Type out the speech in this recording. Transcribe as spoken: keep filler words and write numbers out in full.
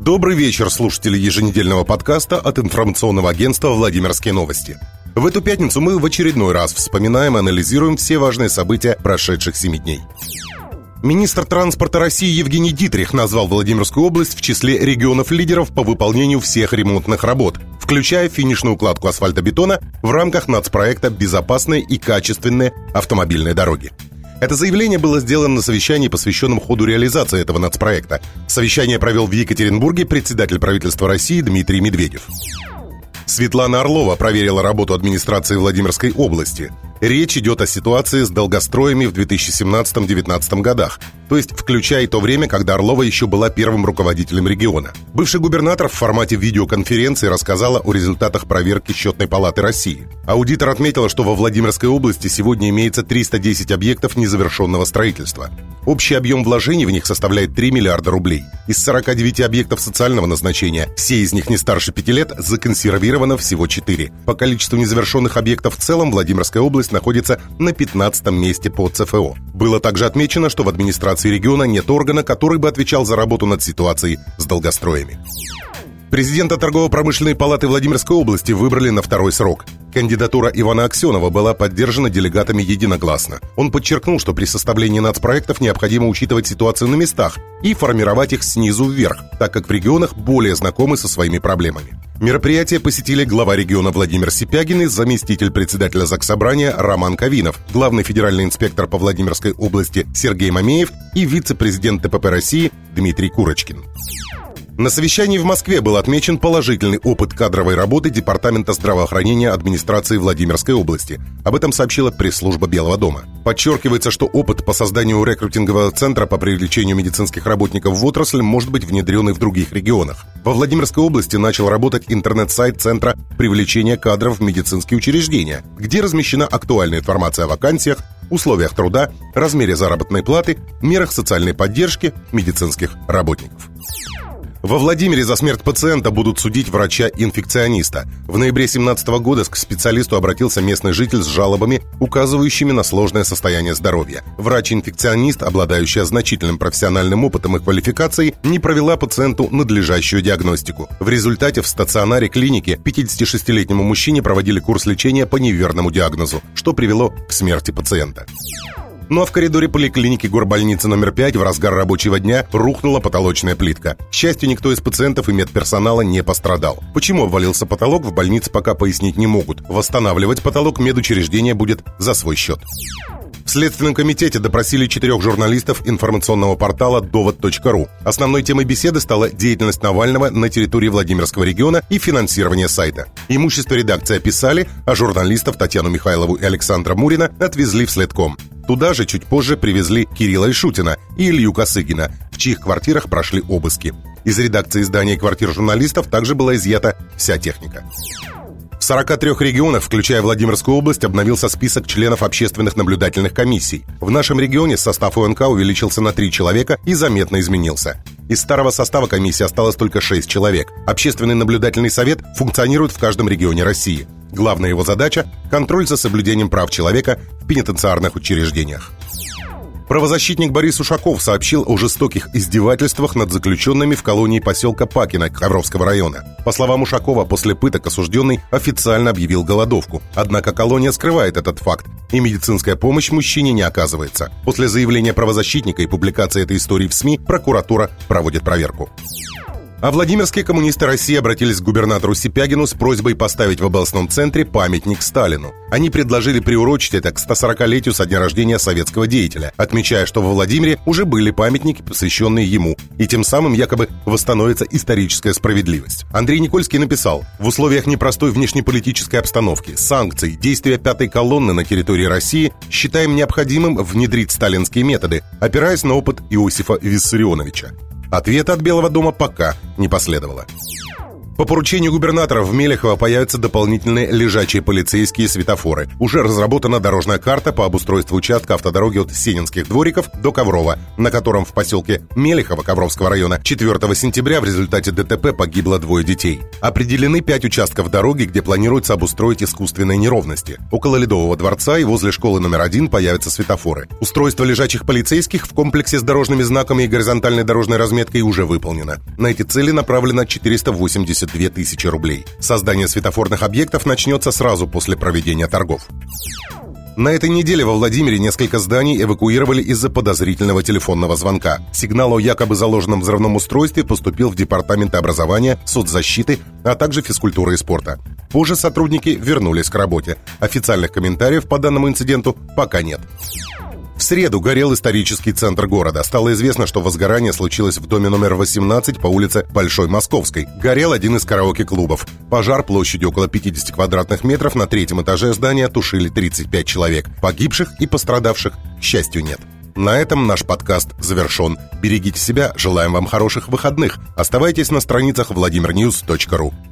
Добрый вечер, слушатели еженедельного подкаста от информационного агентства «Владимирские новости». В эту пятницу мы в очередной раз вспоминаем и анализируем все важные события прошедших семи дней. Министр транспорта России Евгений Дитрих назвал Владимирскую область в числе регионов-лидеров по выполнению всех ремонтных работ, включая финишную укладку асфальтобетона в рамках нацпроекта «Безопасные и качественные автомобильные дороги». Это заявление было сделано на совещании, посвященном ходу реализации этого нацпроекта. Совещание провел в Екатеринбурге председатель правительства России Дмитрий Медведев. Светлана Орлова проверила работу администрации Владимирской области. Речь идет о ситуации с долгостроями в две тысячи семнадцатом — две тысячи девятнадцатом годах, то есть включая то время, когда Орлова еще была первым руководителем региона. Бывший губернатор в формате видеоконференции рассказала о результатах проверки Счетной палаты России. Аудитор отметила, что во Владимирской области сегодня имеется триста десять объектов незавершенного строительства. Общий объем вложений в них составляет три миллиарда рублей. Из сорока девяти объектов социального назначения, все из них не старше пяти лет, законсервировано всего четыре. По количеству незавершенных объектов в целом Владимирская область находится на пятнадцатом месте по ЦФО. Было также отмечено, что в администрации региона нет органа, который бы отвечал за работу над ситуацией с долгостроями. Президента торгово-промышленной палаты Владимирской области выбрали на второй срок. Кандидатура Ивана Аксенова была поддержана делегатами единогласно. Он подчеркнул, что при составлении нацпроектов необходимо учитывать ситуацию на местах и формировать их снизу вверх, так как в регионах более знакомы со своими проблемами. Мероприятие посетили глава региона Владимир Сипягин и заместитель председателя Заксобрания Роман Ковинов, главный федеральный инспектор по Владимирской области Сергей Мамеев и вице-президент ТПП России Дмитрий Курочкин. На совещании в Москве был отмечен положительный опыт кадровой работы Департамента здравоохранения администрации Владимирской области. Об этом сообщила пресс-служба Белого дома. Подчеркивается, что опыт по созданию рекрутингового центра по привлечению медицинских работников в отрасль может быть внедрен и в других регионах. Во Владимирской области начал работать интернет-сайт Центра привлечения кадров в медицинские учреждения, где размещена актуальная информация о вакансиях, условиях труда, размере заработной платы, мерах социальной поддержки медицинских работников. Во Владимире за смерть пациента будут судить врача-инфекциониста. В ноябре две тысячи семнадцатого года к специалисту обратился местный житель с жалобами, указывающими на сложное состояние здоровья. Врач-инфекционист, обладающая значительным профессиональным опытом и квалификацией, не провела пациенту надлежащую диагностику. В результате в стационаре клиники пятидесятишестилетнему мужчине проводили курс лечения по неверному диагнозу, что привело к смерти пациента. Ну а в коридоре поликлиники горбольницы номер пять в разгар рабочего дня рухнула потолочная плитка. К счастью, никто из пациентов и медперсонала не пострадал. Почему обвалился потолок, в больнице пока пояснить не могут. Восстанавливать потолок медучреждение будет за свой счет. В Следственном комитете допросили четырех журналистов информационного портала довод точка ру. Основной темой беседы стала деятельность Навального на территории Владимирского региона и финансирование сайта. Имущество редакции описали, а журналистов Татьяну Михайлову и Александра Мурина отвезли в Следком. Туда же чуть позже привезли Кирилла Ишутина и Илью Косыгина, в чьих квартирах прошли обыски. Из редакции издания и квартир журналистов также была изъята вся техника. В сорока трёх регионах, включая Владимирскую область, обновился список членов общественных наблюдательных комиссий. В нашем регионе состав ОНК увеличился на три человека и заметно изменился. Из старого состава комиссии осталось только шесть человек. Общественный наблюдательный совет функционирует в каждом регионе России. Главная его задача – контроль за соблюдением прав человека в пенитенциарных учреждениях. Правозащитник Борис Ушаков сообщил о жестоких издевательствах над заключенными в колонии поселка Пакино Ковровского района. По словам Ушакова, после пыток осужденный официально объявил голодовку. Однако колония скрывает этот факт, и медицинская помощь мужчине не оказывается. После заявления правозащитника и публикации этой истории в СМИ прокуратура проводит проверку. А владимирские коммунисты России обратились к губернатору Сипягину с просьбой поставить в областном центре памятник Сталину. Они предложили приурочить это к стосорокалетию со дня рождения советского деятеля, отмечая, что во Владимире уже были памятники, посвященные ему, и тем самым якобы восстановится историческая справедливость. Андрей Никольский написал: «В условиях непростой внешнеполитической обстановки, санкций, действия пятой колонны на территории России считаем необходимым внедрить сталинские методы, опираясь на опыт Иосифа Виссарионовича». Ответа от Белого дома пока не последовало. По поручению губернатора в Мелехово появятся дополнительные лежачие полицейские светофоры. Уже разработана дорожная карта по обустройству участка автодороги от Сенинских двориков до Коврова, на котором в поселке Мелехово Ковровского района четвёртого сентября в результате ДТП погибло двое детей. Определены пять участков дороги, где планируется обустроить искусственные неровности. Около Ледового дворца и возле школы номер один появятся светофоры. Устройство лежачих полицейских в комплексе с дорожными знаками и горизонтальной дорожной разметкой уже выполнено. На эти цели направлено четыреста восемьдесят две тысячи рублей. Создание светофорных объектов начнется сразу после проведения торгов. На этой неделе во Владимире несколько зданий эвакуировали из-за подозрительного телефонного звонка. Сигнал о якобы заложенном взрывном устройстве поступил в департаменты образования, соцзащиты, а также физкультуры и спорта. Позже сотрудники вернулись к работе. Официальных комментариев по данному инциденту пока нет. В среду горел исторический центр города. Стало известно, что возгорание случилось в доме номер восемнадцать по улице Большой Московской. Горел один из караоке-клубов. Пожар площадью около пятьдесят квадратных метров на третьем этаже здания тушили тридцать пять человек. Погибших и пострадавших, к счастью, нет. На этом наш подкаст завершен. Берегите себя, желаем вам хороших выходных. Оставайтесь на страницах владимир ньюс точка ру.